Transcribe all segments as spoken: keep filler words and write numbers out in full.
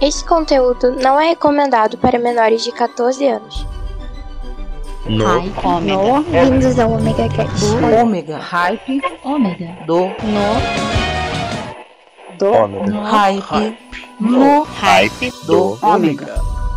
Este conteúdo não é recomendado para menores de catorze anos. No Hype Ômega. Bem-vindos ao Omega Cast. Ômega. Hype. Ômega. Do. No. Do. Ômega. No. Hype. No. Hype Do. Ômega.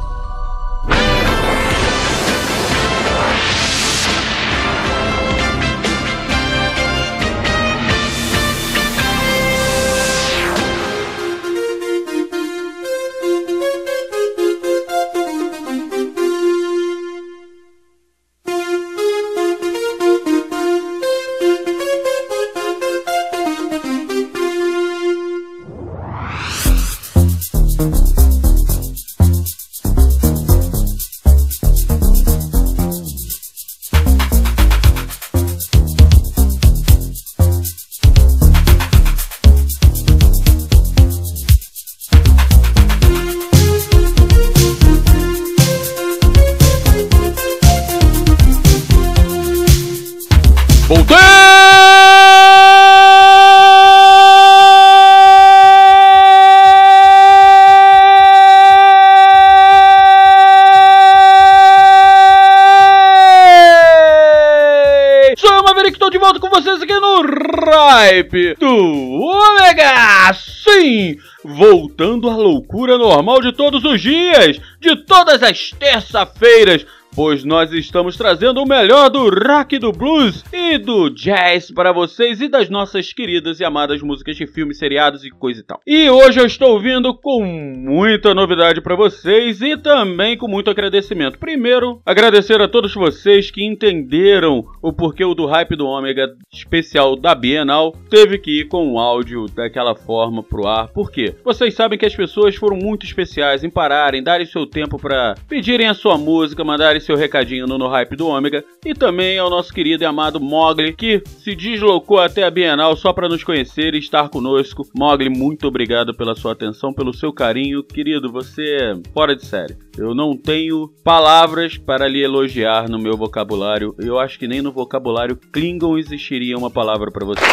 Hype do Ômega! Sim! Voltando à loucura normal de todos os dias, de todas as terça-feiras, pois nós estamos trazendo o melhor do rock, do blues e do jazz para vocês e das nossas queridas e amadas músicas de filmes, seriados e coisa e tal. E hoje eu estou vindo com muita novidade para vocês e também com muito agradecimento. Primeiro, agradecer a todos vocês que entenderam o porquê o do Hype do Ômega especial da Bienal teve que ir com o áudio daquela forma pro ar. Por quê? Vocês sabem que as pessoas foram muito especiais em pararem, darem seu tempo para pedirem a sua música, mandarem seu recadinho no, no Hype do Ômega, e também ao nosso querido e amado Mogli, que se deslocou até a Bienal só para nos conhecer e estar conosco. Mogli, muito obrigado pela sua atenção, pelo seu carinho. Querido, você é fora de série. Eu não tenho palavras para lhe elogiar no meu vocabulário. Eu acho que nem no vocabulário Klingon existiria uma palavra para você.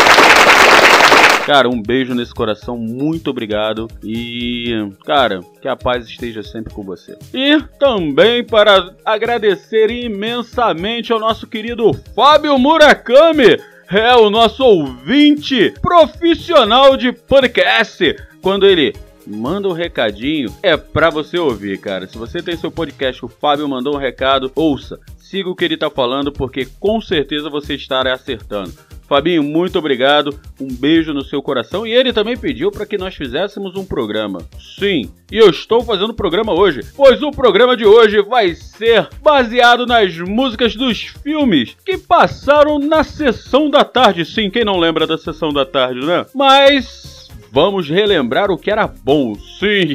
Cara, um beijo nesse coração, muito obrigado e, cara, que a paz esteja sempre com você. E também para agradecer imensamente ao nosso querido Fábio Murakami, é o nosso ouvinte profissional de podcast. Quando ele manda um recadinho, é pra você ouvir, cara. Se você tem seu podcast, o Fábio mandou um recado, ouça, siga o que ele tá falando, porque com certeza você estará acertando. Fabinho, muito obrigado, um beijo no seu coração. E ele também pediu para que nós fizéssemos um programa. Sim, e eu estou fazendo o programa hoje, pois o programa de hoje vai ser baseado nas músicas dos filmes que passaram na Sessão da Tarde. Sim, quem não lembra da Sessão da Tarde, né? Mas vamos relembrar o que era bom. Sim,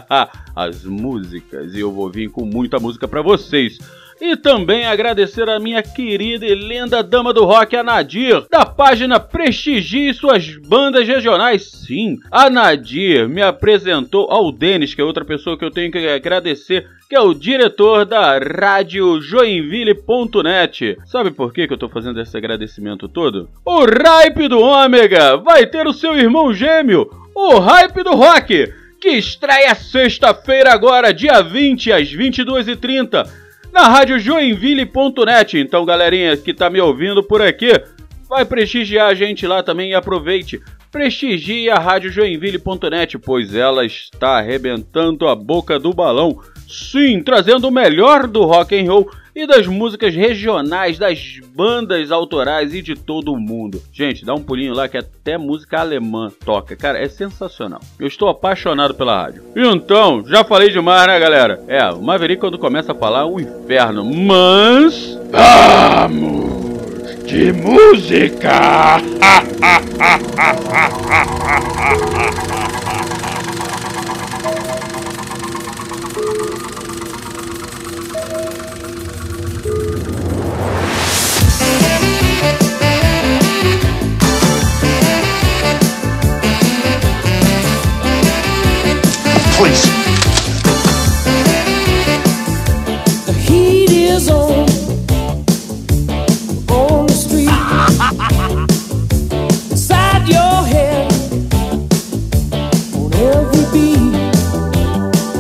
as músicas. E eu vou vir com muita música para vocês. E também agradecer a minha querida e lenda dama do rock, a Nadir, da página Prestigie Suas Bandas Regionais. Sim, a Nadir me apresentou ao Denis, que é outra pessoa que eu tenho que agradecer, que é o diretor da rádio Joinville ponto net. Sabe por que que eu tô fazendo esse agradecimento todo? O Hype do Ômega vai ter o seu irmão gêmeo, o Hype do Rock, que estreia sexta-feira agora, dia vinte, às vinte e duas e trinta, na rádio Joinville ponto net. Então, galerinha que tá me ouvindo por aqui, vai prestigiar a gente lá também e aproveite. Prestigie a rádio Joinville ponto net, pois ela está arrebentando a boca do balão. Sim, trazendo o melhor do rock and roll e das músicas regionais, das bandas autorais e de todo o mundo. Gente, dá um pulinho lá que até música alemã toca. Cara, é sensacional. Eu estou apaixonado pela rádio. Então, já falei demais, né, galera? É, o Maverick quando começa a falar é um inferno. Mas... vamos de música! Please. The heat is on, on the street. Inside your head, on every beat.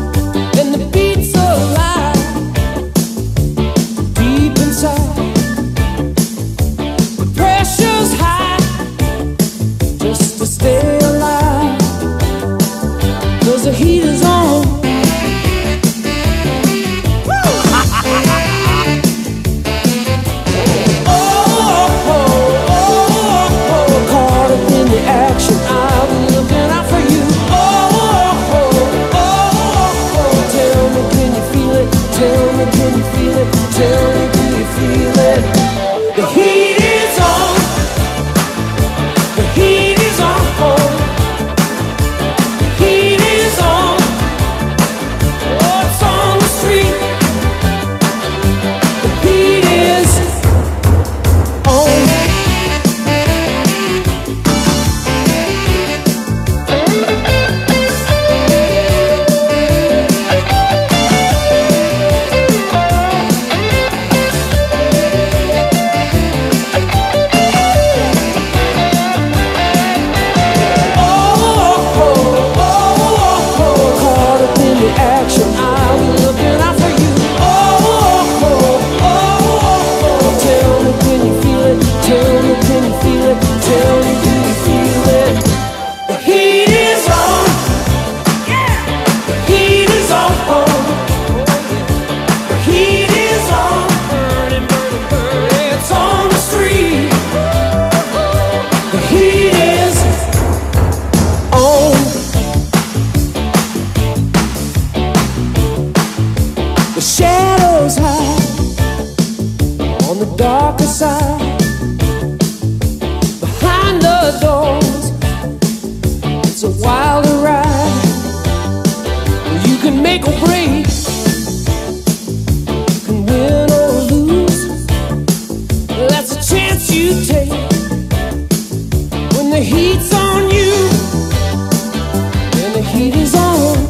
make or break. You can win or lose. That's a chance you take. When the heat's on you, and the heat is on.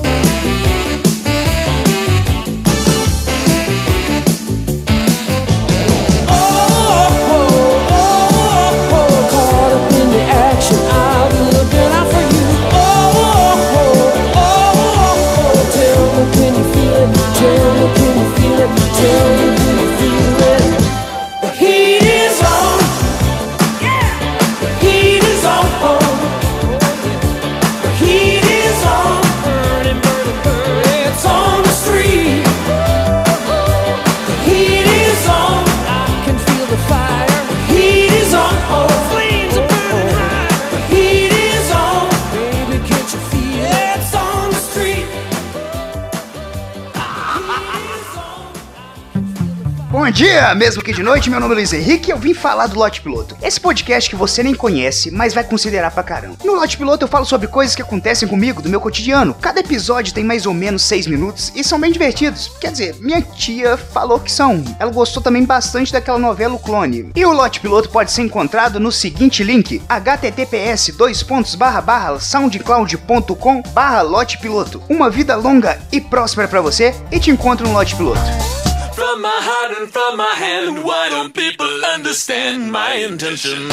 Bom dia, mesmo que de noite, meu nome é Luiz Henrique e eu vim falar do Lote Piloto. Esse podcast que você nem conhece, mas vai considerar pra caramba. No Lote Piloto eu falo sobre coisas que acontecem comigo, do meu cotidiano. Cada episódio tem mais ou menos seis minutos e são bem divertidos. Quer dizer, minha tia falou que são. Ela gostou também bastante daquela novela O Clone. E o Lote Piloto pode ser encontrado no seguinte link: h t t p s dois pontos barra barra soundcloud ponto com barra Lote Piloto. Uma vida longa e próspera pra você e te encontro no Lote Piloto. From my heart and from my hand, why don't people understand my intention?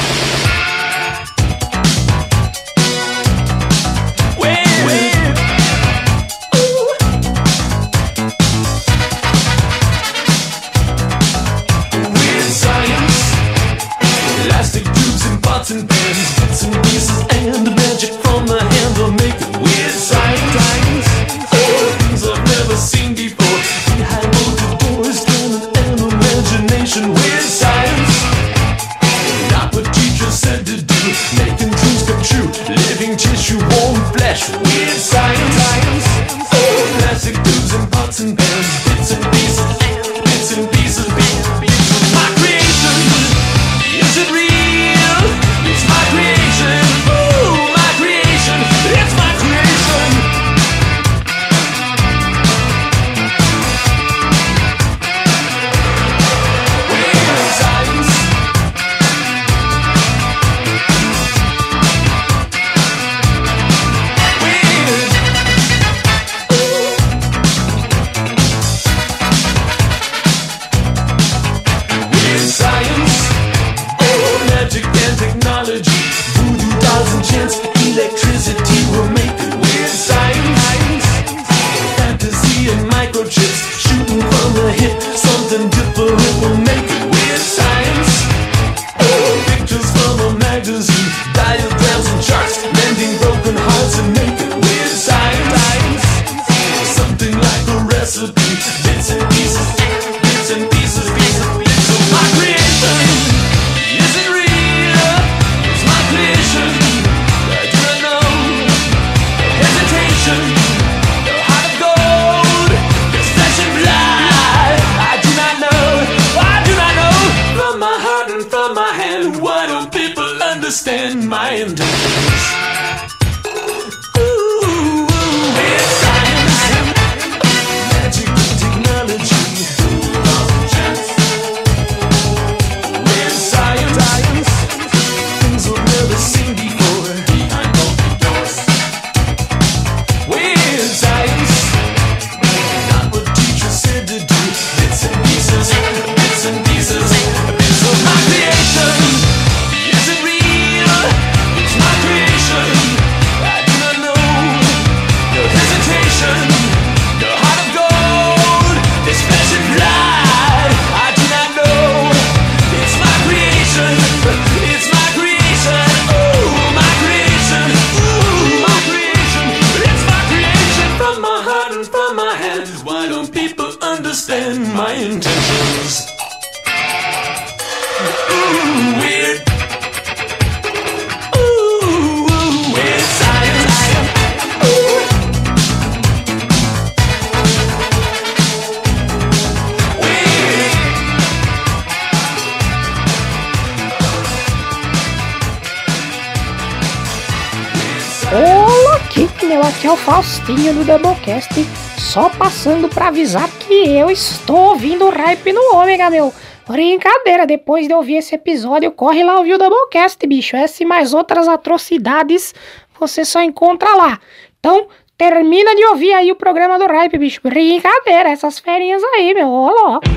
When, when, ooh. Weird science, elastic tubes and pots and pans, bits and pieces and magic from the hand will make it weird science. Oh, things I've never seen before. Behind weird science, not what teachers said to do, making dreams come true, living tissue, warm flesh. Weird science, science. Oh, plastic tubes and pots and pans, bits and pieces, bits and pieces, bits of my creation. Is it real? It's my creation. Oh, my creation. It's my creation. Electricity will make it. Weird science, fantasy and microchips shooting from the hip. Something different will make it. Weird science, oh, pictures from a magazine, diagrams and charts, mending broken hearts and make it. Weird science, something like a recipe, bits and pieces, bits and pieces, pieces, pieces of my creation. Is it real? It's my creation. The heart of gold, your flesh and blood. I do not know, I do not know. From my heart and from my hand, why don't people understand my intentions? Ooh, weird science, magic and technology. Weird science, things I've never seen before. Behind open doors. Weird science, not what teachers said to do. Bits and pieces, bits and pieces, bits of my creation. Is it real? It's my creation. I do not know. No hesitation. No heart of gold. This flesh and blood. I do not know. It's my creation. It's my creation. Oh, my creation. Ooh, my creation. It's my creation. From my heart and from my hand, why don't people understand my intentions? Ooh, weird. Ooh, weird science. Ooh. Weird. Olá, Kiko! meu, aqui é o Faustinho do Doublecast, só passando pra avisar que eu estou ouvindo o Hype no Ômega, meu. Brincadeira, depois de ouvir esse episódio, corre lá ouvir o Doublecast, bicho. Essa e mais outras atrocidades você só encontra lá. Então, termina de ouvir aí o programa do Hype, bicho. Brincadeira, essas ferinhas aí, meu. Ó, ó.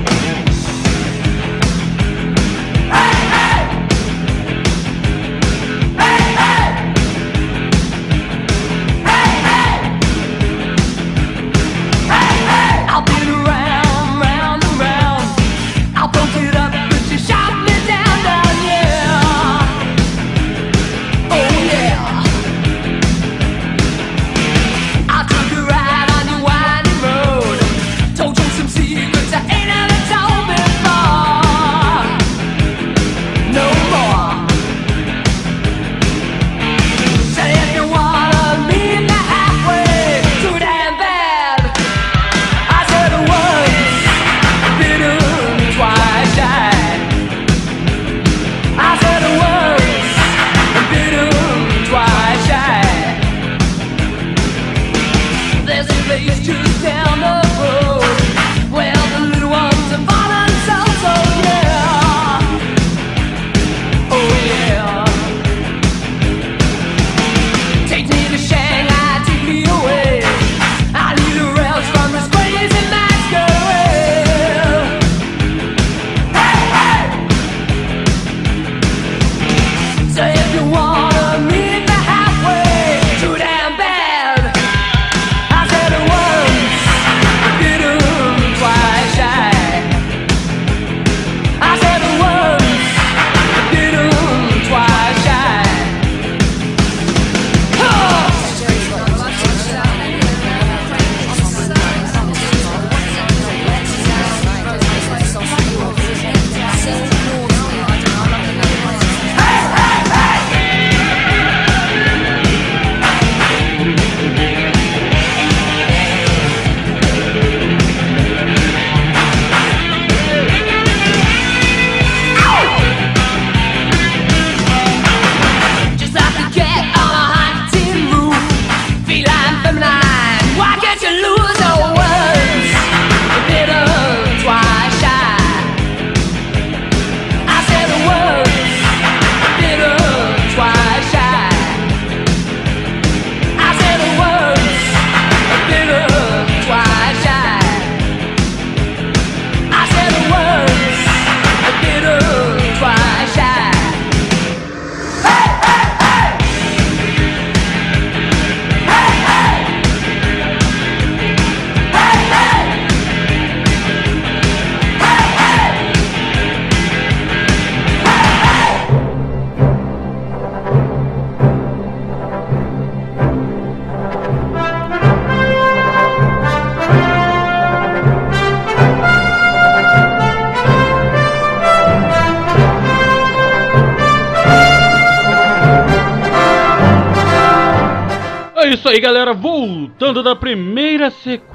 Isso aí, galera, voltando da primeira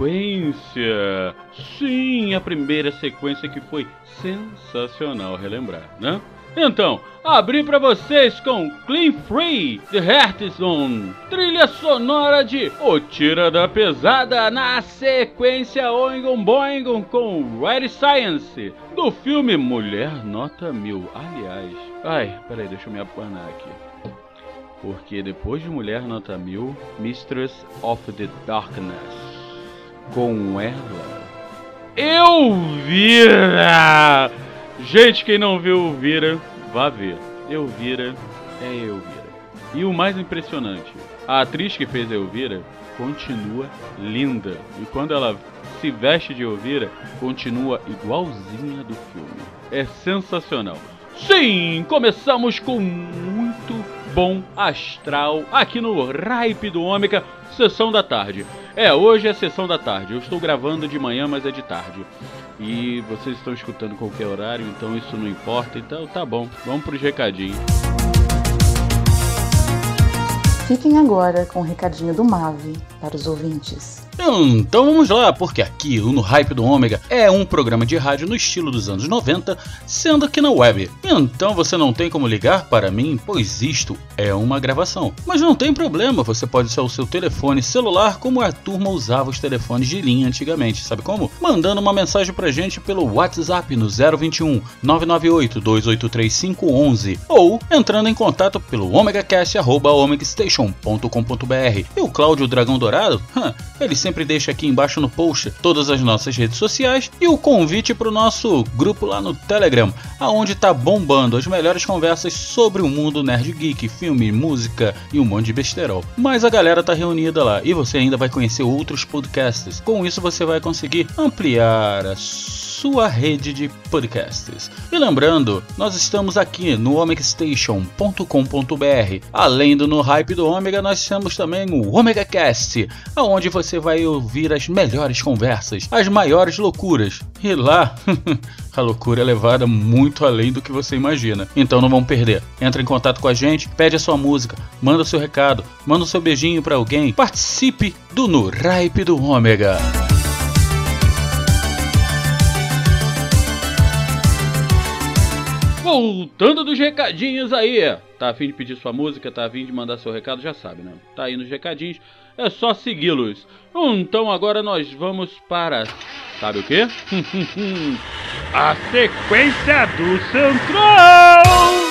sequência. Sim, a primeira sequência que foi sensacional relembrar, né? Então, abri pra vocês com Clean Free, The Heart Zone, trilha sonora de O Tira da Pesada, na sequência Oingon Boingon com Red Science, do filme Mulher Nota Mil. Aliás, ai, peraí, deixa eu me abanar aqui. Porque depois de Mulher Nota Mil, Mistress of the Darkness, com ela, Elvira! Gente, quem não viu Elvira, vá ver. Elvira é Elvira. E o mais impressionante, a atriz que fez a Elvira continua linda. E quando ela se veste de Elvira, continua igualzinha do filme. É sensacional. Sim, começamos com muito bom astral aqui no Hype do Ômega, sessão da tarde. É, hoje é sessão da tarde. Eu estou gravando de manhã, mas é de tarde. E vocês estão escutando qualquer horário, então isso não importa. Então tá bom, vamos pros recadinhos. Fiquem agora com o recadinho do Mave. para os ouvintes? Então vamos lá, porque aqui o No Hype do Ômega é um programa de rádio no estilo dos anos noventa, sendo aqui na web. Então você não tem como ligar para mim, pois isto é uma gravação. Mas não tem problema, você pode usar o seu telefone celular como a turma usava os telefones de linha antigamente, sabe como? Mandando uma mensagem pra gente pelo WhatsApp no zero vinte e um, nove nove oito, dois oito três cinco um um ou entrando em contato pelo omegacast arroba omegastation ponto com ponto b r. E o Cláudio Dragão Dourado, hum, ele sempre deixa aqui embaixo no post todas as nossas redes sociais e o convite para o nosso grupo lá no Telegram, aonde tá bombando as melhores conversas sobre o mundo nerd geek, filme, música e um monte de besterol. Mas a galera tá reunida lá e você ainda vai conhecer outros podcasts. Com isso você vai conseguir ampliar a sua rede de podcasts. E lembrando, nós estamos aqui no omegastation ponto com ponto b r. Além do No Hype do Ômega, nós temos também o OmegaCast, aonde você vai ouvir as melhores conversas, as maiores loucuras. E lá, a loucura é levada muito além do que você imagina. Então não vão perder. Entra em contato com a gente, pede a sua música, manda o seu recado, manda o seu beijinho pra alguém. Participe do No Hype do Ômega. Voltando dos recadinhos aí, tá a fim de pedir sua música, tá a fim de mandar seu recado, já sabe, né? Tá aí nos recadinhos, é só segui-los. Então agora nós vamos para, sabe o quê? A sequência do Central!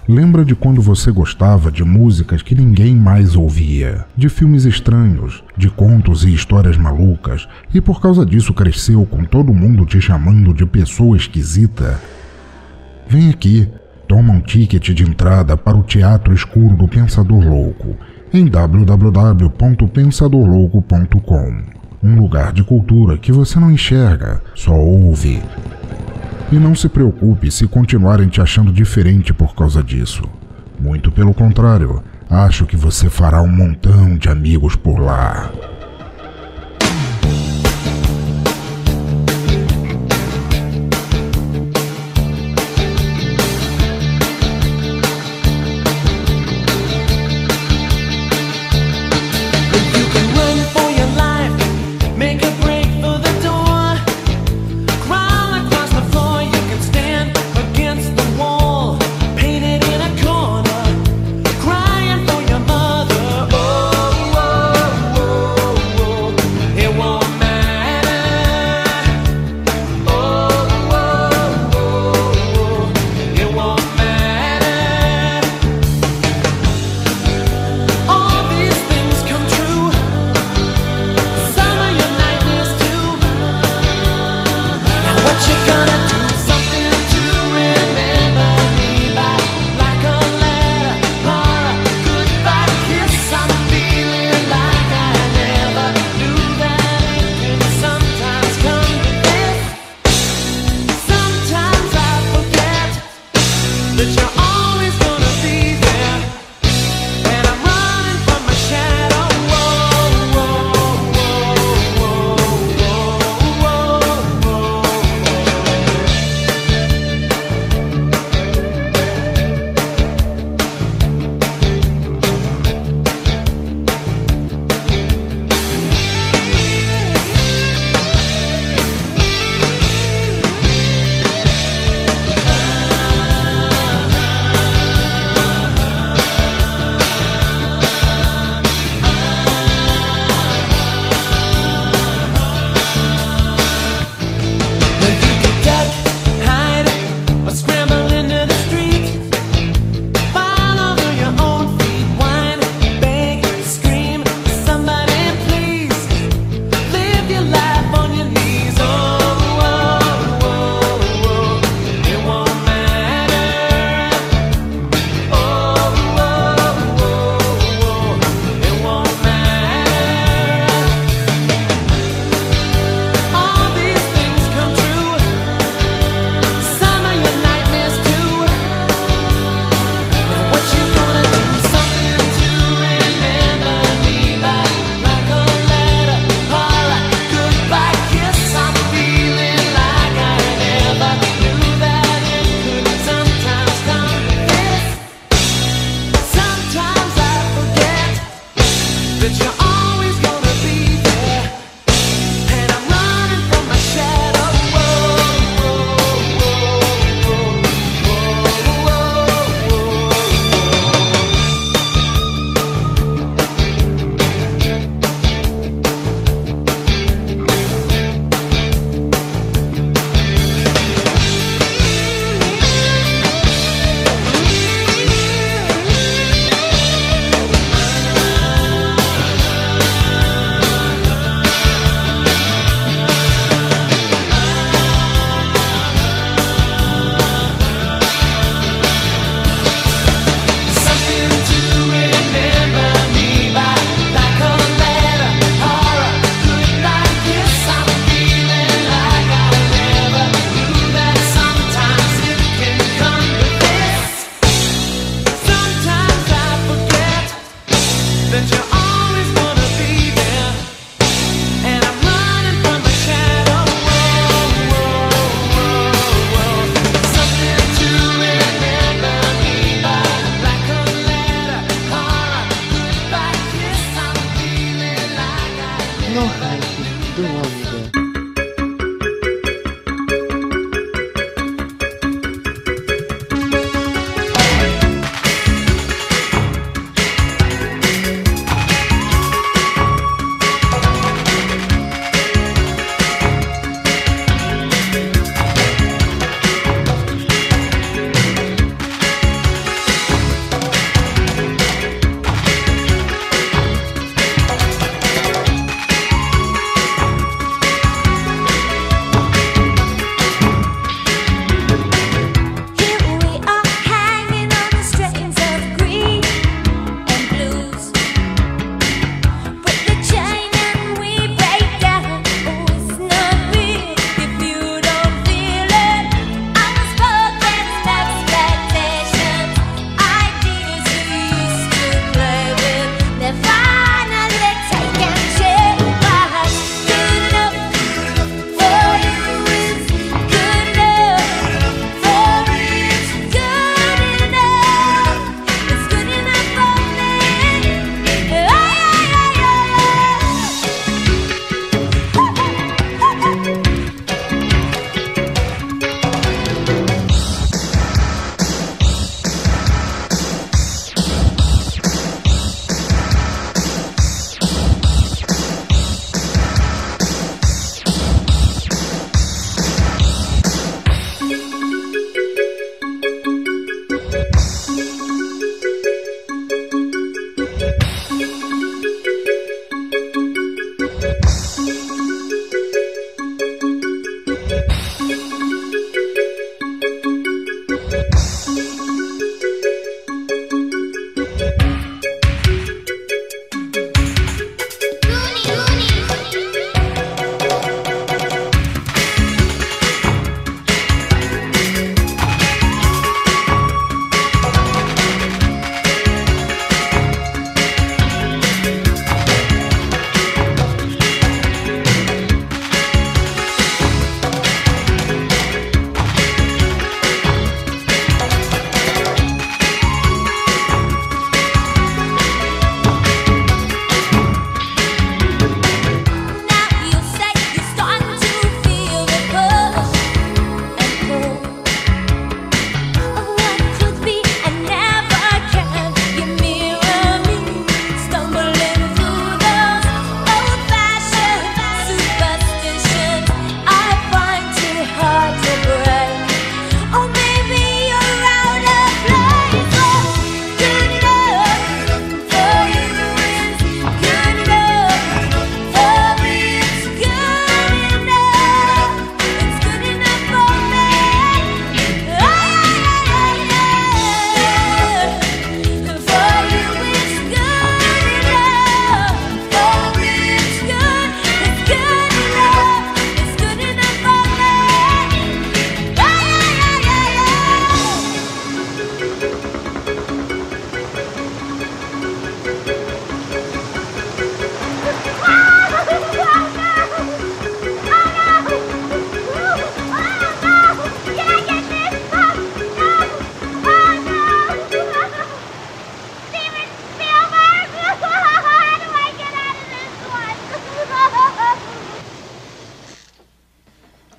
Lembra de quando você gostava de músicas que ninguém mais ouvia, de filmes estranhos, de contos e histórias malucas, e por causa disso cresceu com todo mundo te chamando de pessoa esquisita? Vem aqui, toma um ticket de entrada para o Teatro Escuro do Pensador Louco, em w w w ponto pensador louco ponto com. Um lugar de cultura que você não enxerga, só ouve. E não se preocupe se continuarem te achando diferente por causa disso. Muito pelo contrário, acho que você fará um montão de amigos por lá. Crying for your mother, oh, oh, oh.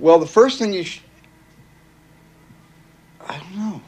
Well, the first thing you sh- I don't know.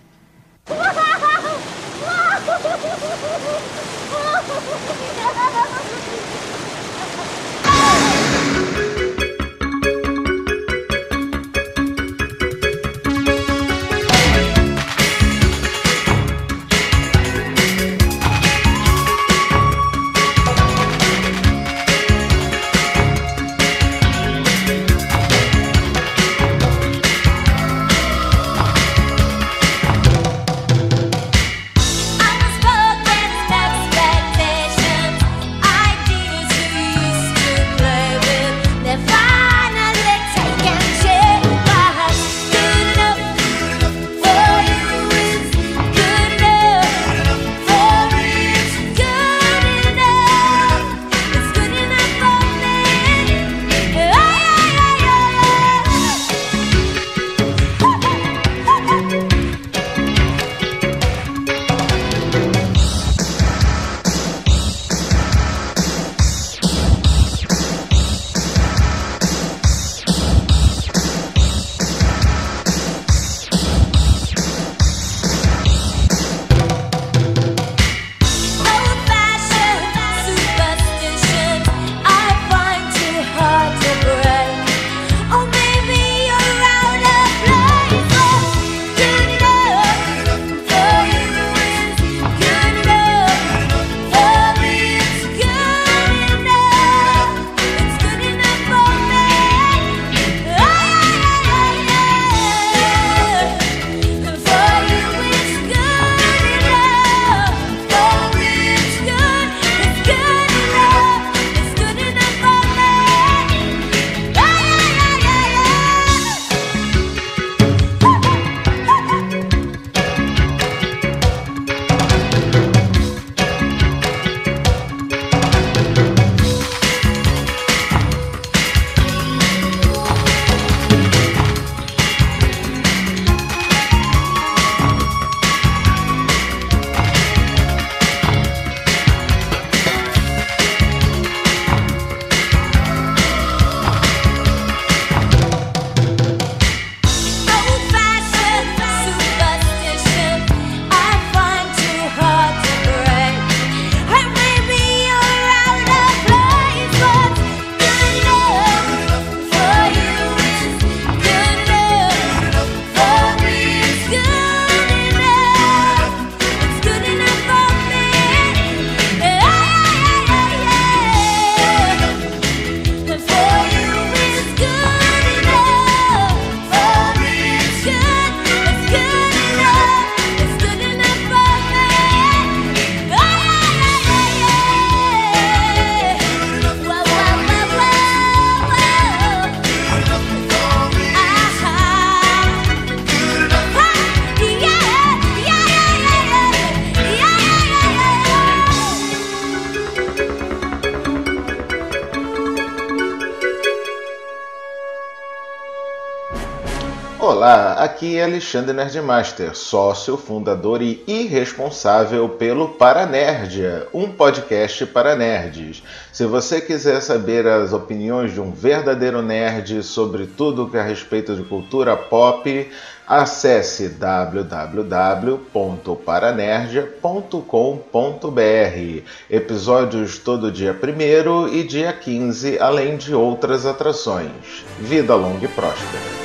Olá, aqui é Alexandre Nerdmaster, sócio, fundador e irresponsável pelo Paranerdia, um podcast para nerds. Se você quiser saber as opiniões de um verdadeiro nerd sobre tudo que é a respeito de cultura pop, acesse w w w ponto paranerdia ponto com ponto b r. Episódios todo dia primeiro e dia quinze, além de outras atrações. Vida longa e próspera.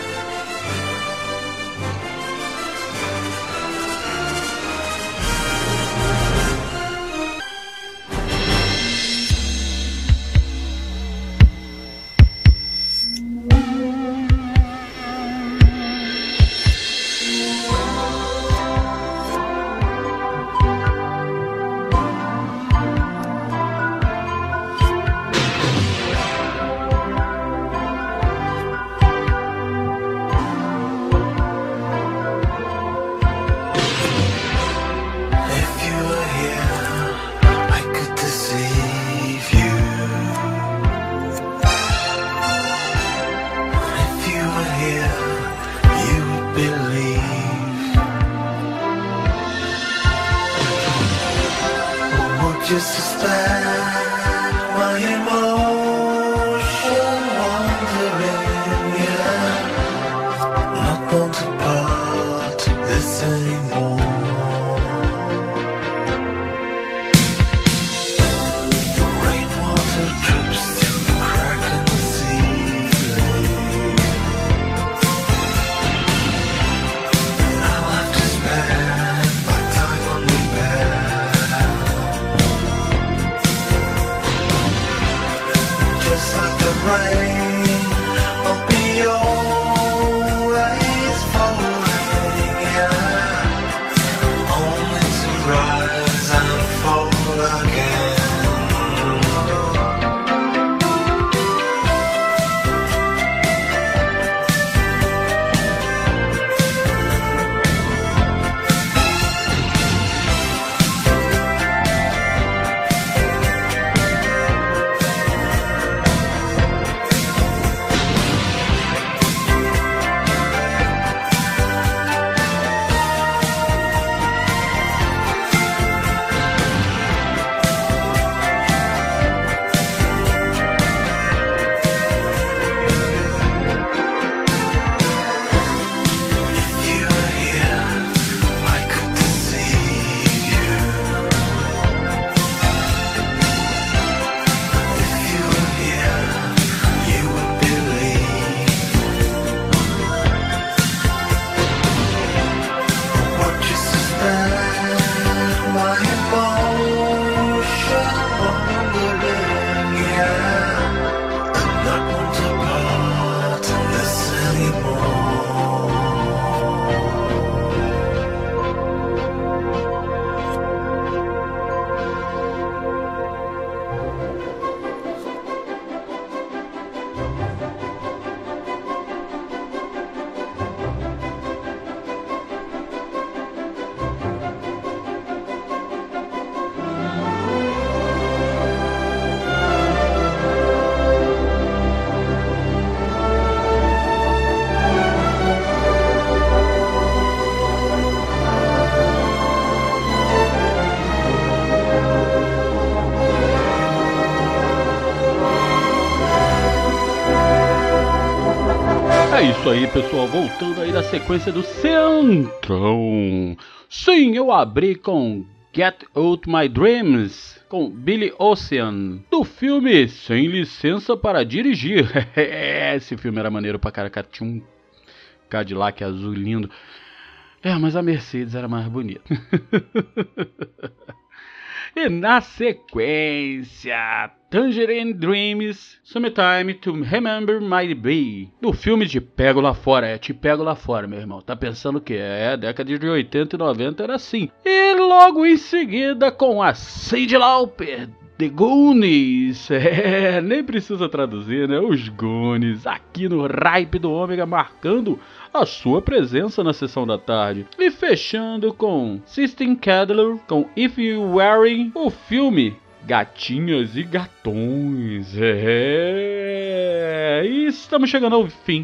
Just to stand while in motion, wandering, yeah. É isso aí, pessoal, voltando aí da sequência do Centrão. Sim, eu abri com Get Out My Dreams, com Billy Ocean, do filme Sem Licença para Dirigir. Esse filme era maneiro pra caraca, tinha um Cadillac azul lindo. É, mas a Mercedes era mais bonita. E na sequência, Tangerine Dreams, Sometime to Remember My Baby, do filme Te Pego Lá Fora. É, Te Pego Lá Fora, meu irmão. Tá pensando o que? É, década de oitenta e noventa era assim. E logo em seguida com a Cyndi Lauper, The Goonies. É, nem precisa traduzir, né? Os Goonies, aqui no Hype do Ômega, marcando a sua presença na sessão da tarde. E fechando com System Candler, com If You Wearing, o filme Gatinhas e Gatões. É, e estamos chegando ao fim.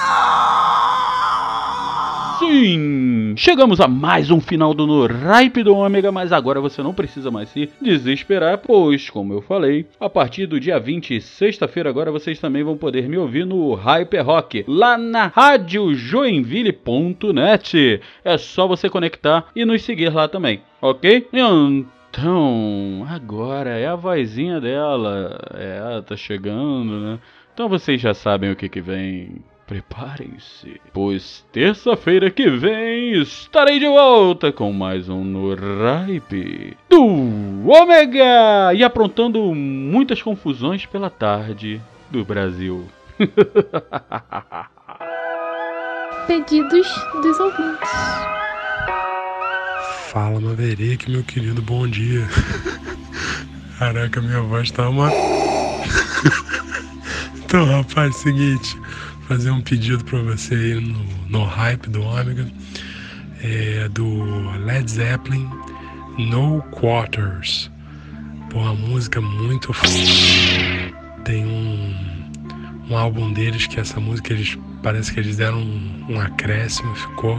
Sim, chegamos a mais um final do No Hype do Ômega, mas agora você não precisa mais se desesperar, pois, como eu falei, a partir do dia vinte, sexta-feira, agora vocês também vão poder me ouvir no Hyper Rock, lá na rádio joinville ponto net. É só você conectar e nos seguir lá também, ok? Então, agora é a vozinha dela, é, tá chegando, né? Então vocês já sabem o que que vem. Preparem-se, pois terça-feira que vem estarei de volta com mais um No Hype do Ômega e aprontando muitas confusões pela tarde do Brasil. Pedidos dos ouvintes. Fala, Maverick, meu querido, bom dia. Caraca, minha voz tá uma... Então, rapaz, seguinte... fazer um pedido pra você aí no, no Hype do Ômega, é do Led Zeppelin, No Quarters. Pô, uma música muito foda. Tem um, um álbum deles que essa música eles parece que eles deram um, um acréscimo, ficou.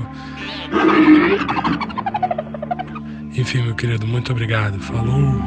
Enfim, meu querido, muito obrigado. Falou!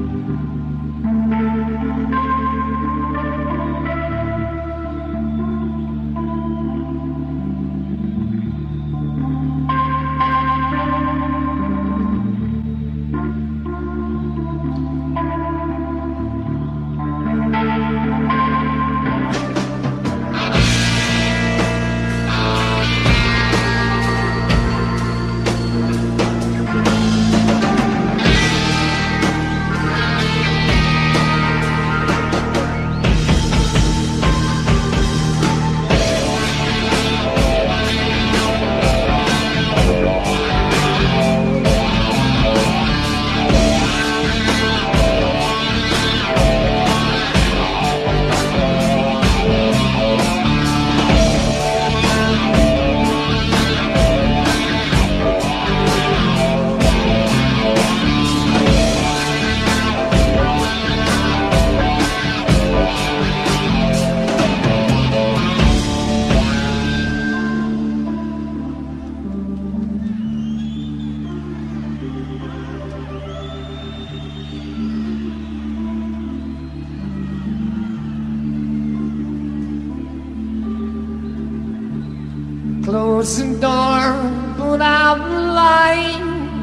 Close the door, put out the light.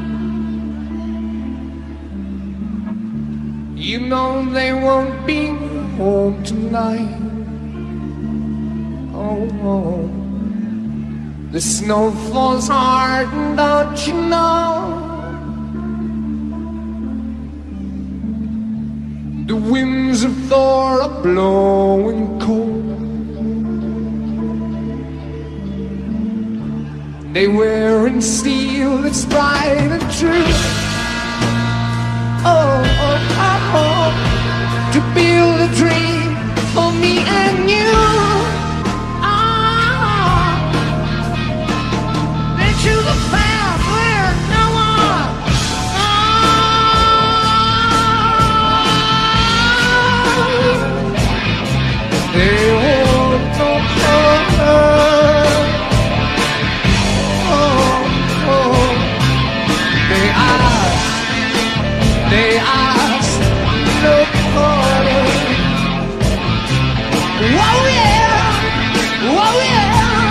You know they won't be home tonight. Oh, oh. The snow falls hard, don't you know? The winds of Thor are blowing cold. They wearing steel that's bright and true. Oh, oh, oh, oh, to build a dream for me and you. Ah, they choose a path where no one. Ah, they won't go further. They asked, look harder. Whoa, yeah, whoa, yeah.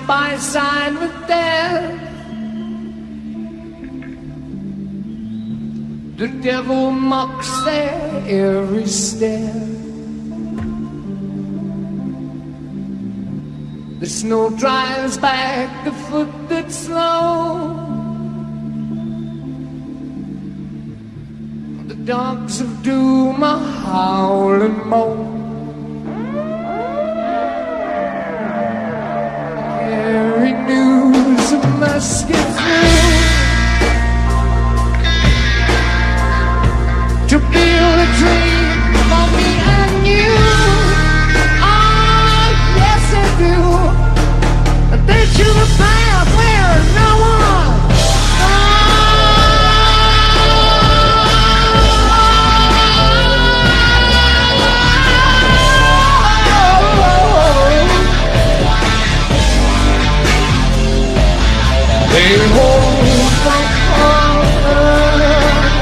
by side with death. The devil mocks their every step. The snow drives back the foot that's slow. The dogs of doom are howling moan. Carry news of muskets through to build a dream for me and you. Oh, yes they do. They choose a path where no one. They hold my heart.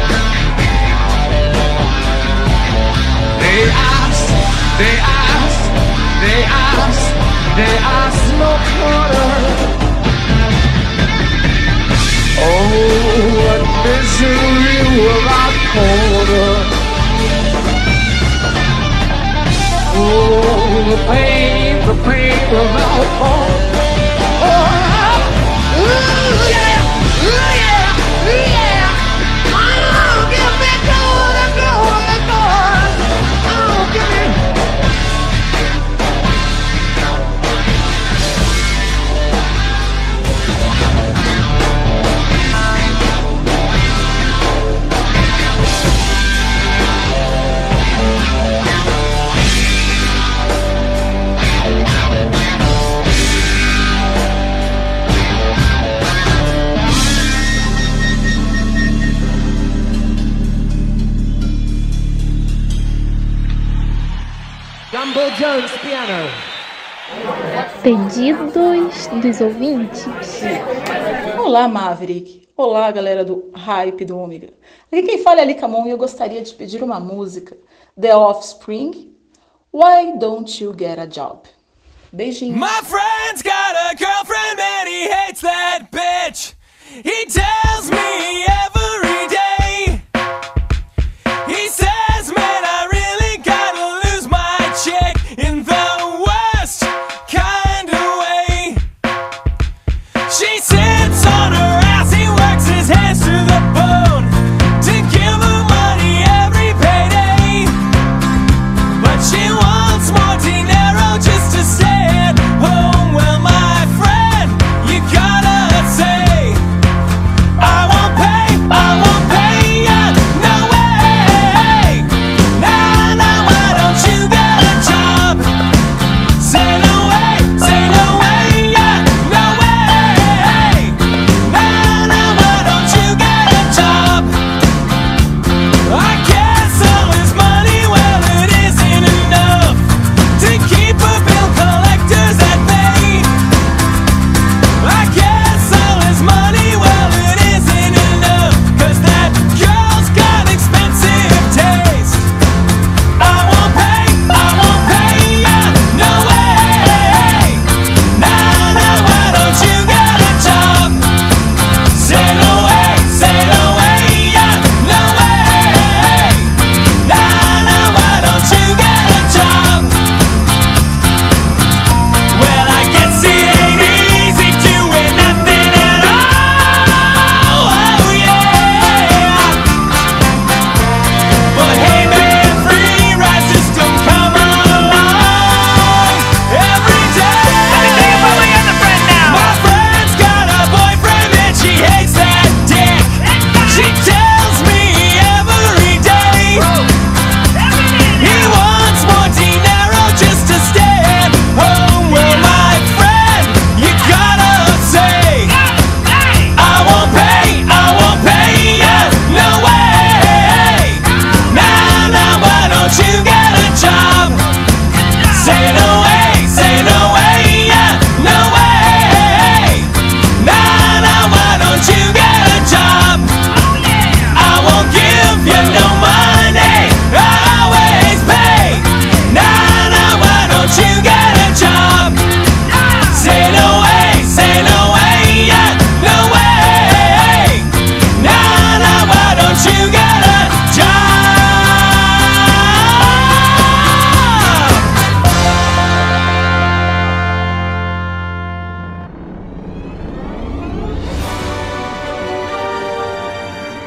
They ask, they ask, they ask, they ask no quarter. Oh, what misery without quarter. Oh, the pain, the pain without quarter. Ooh, yeah, ooh, yeah, ooh, yeah. Oh, give me gold, gold, gold. Oh, give me. Gamble Jones Piano. Pedidos dos ouvintes. Olá, Maverick. Olá, galera do Hype do Ômega. Aqui quem fala é Ali Camon e eu gostaria de pedir uma música. The Offspring, Why Don't You Get a Job? Beijinhos. My friend's got a girlfriend and he hates that bitch. He tells me every day. He says, man, I really gotta lose my chick in the worst kind of way. She sits on her ass, he works his hands to the bone to give her money every payday. But she wants more dinero just to stay at home. Well, my friend, you gotta say, I want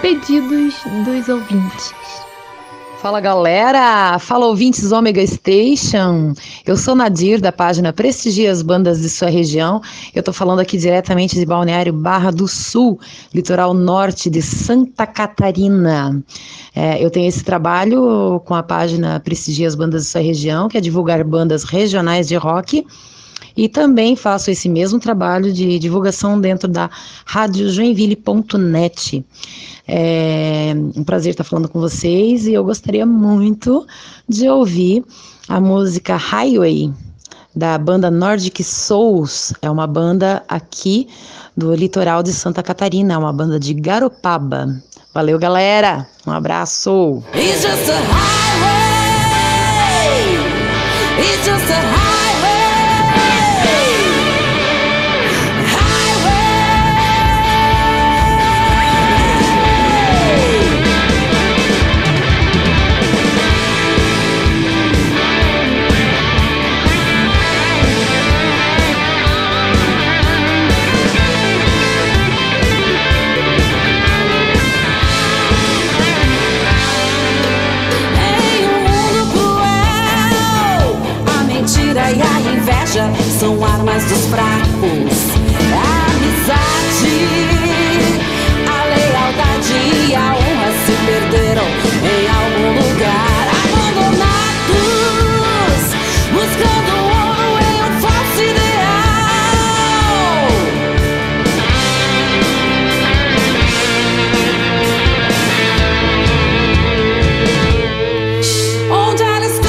pedidos dos ouvintes. Fala galera, fala ouvintes Ômega Station, eu sou Nadir da página Prestigia as Bandas de Sua Região, eu tô falando aqui diretamente de Balneário Barra do Sul, litoral norte de Santa Catarina. É, eu tenho esse trabalho com a página Prestigia as Bandas de Sua Região, que é divulgar bandas regionais de rock, e também faço esse mesmo trabalho de divulgação dentro da rádio joinville ponto net. É um prazer estar falando com vocês e eu gostaria muito de ouvir a música Highway, da banda Nordic Souls. É uma banda aqui do litoral de Santa Catarina, é uma banda de Garopaba. Valeu, galera! Um abraço! It's just a highway. It's just a highway. E a inveja são armas dos fracos. A amizade, a lealdade e a honra se perderam em algum lugar. Abandonados, buscando ouro em um falso ideal. Onde ela está?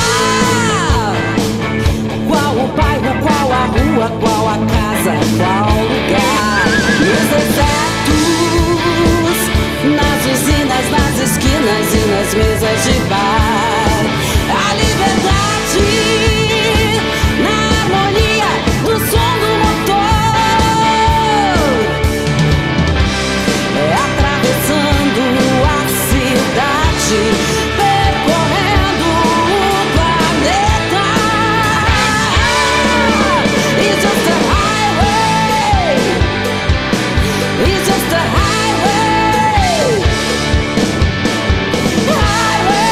Qual o bairro, qual a rua, qual a casa, qual lugar? Nos desertos, nas usinas, nas esquinas e nas mesas de bar. A liberdade, na harmonia do som do motor. É atravessando a cidade, percorrendo o planeta. It's just a highway. It's just a highway. Highway.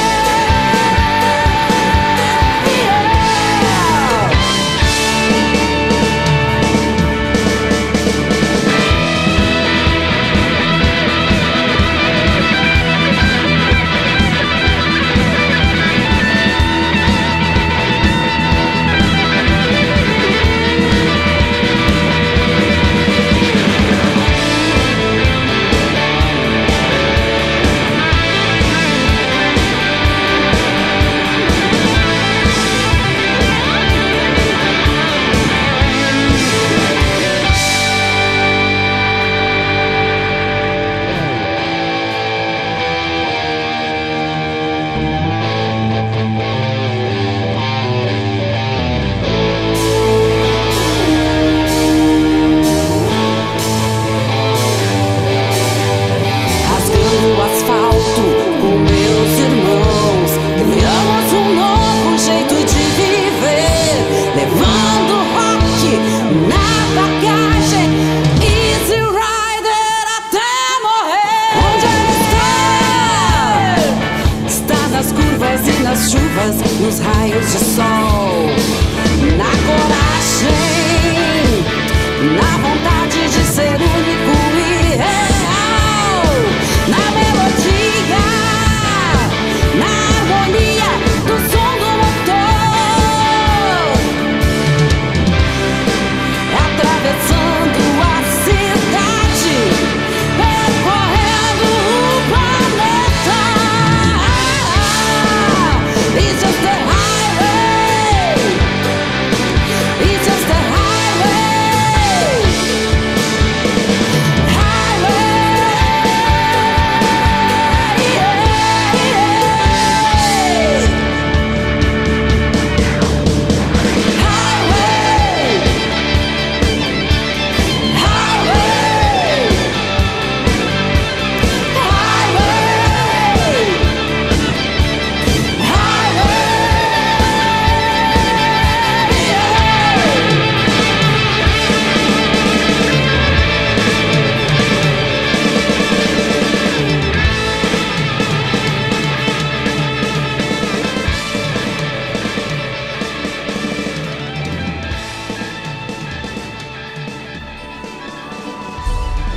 Rasgando o asfalto com meus irmãos, criamos um novo jeito de viver, levando rock na bagagem, Easy Rider até morrer. Onde ela está? Está nas curvas e nas chuvas, nos raios de sol, na coragem, na vontade de ser único e real, na melodia, na harmonia do som do motor. Atravessando a cidade, percorrendo o planeta. It's just a highway. It's just a highway. Highway.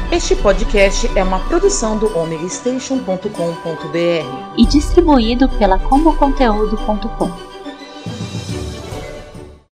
Este podcast é uma produção do omega station ponto com ponto b r e distribuído pela como conteúdo ponto com.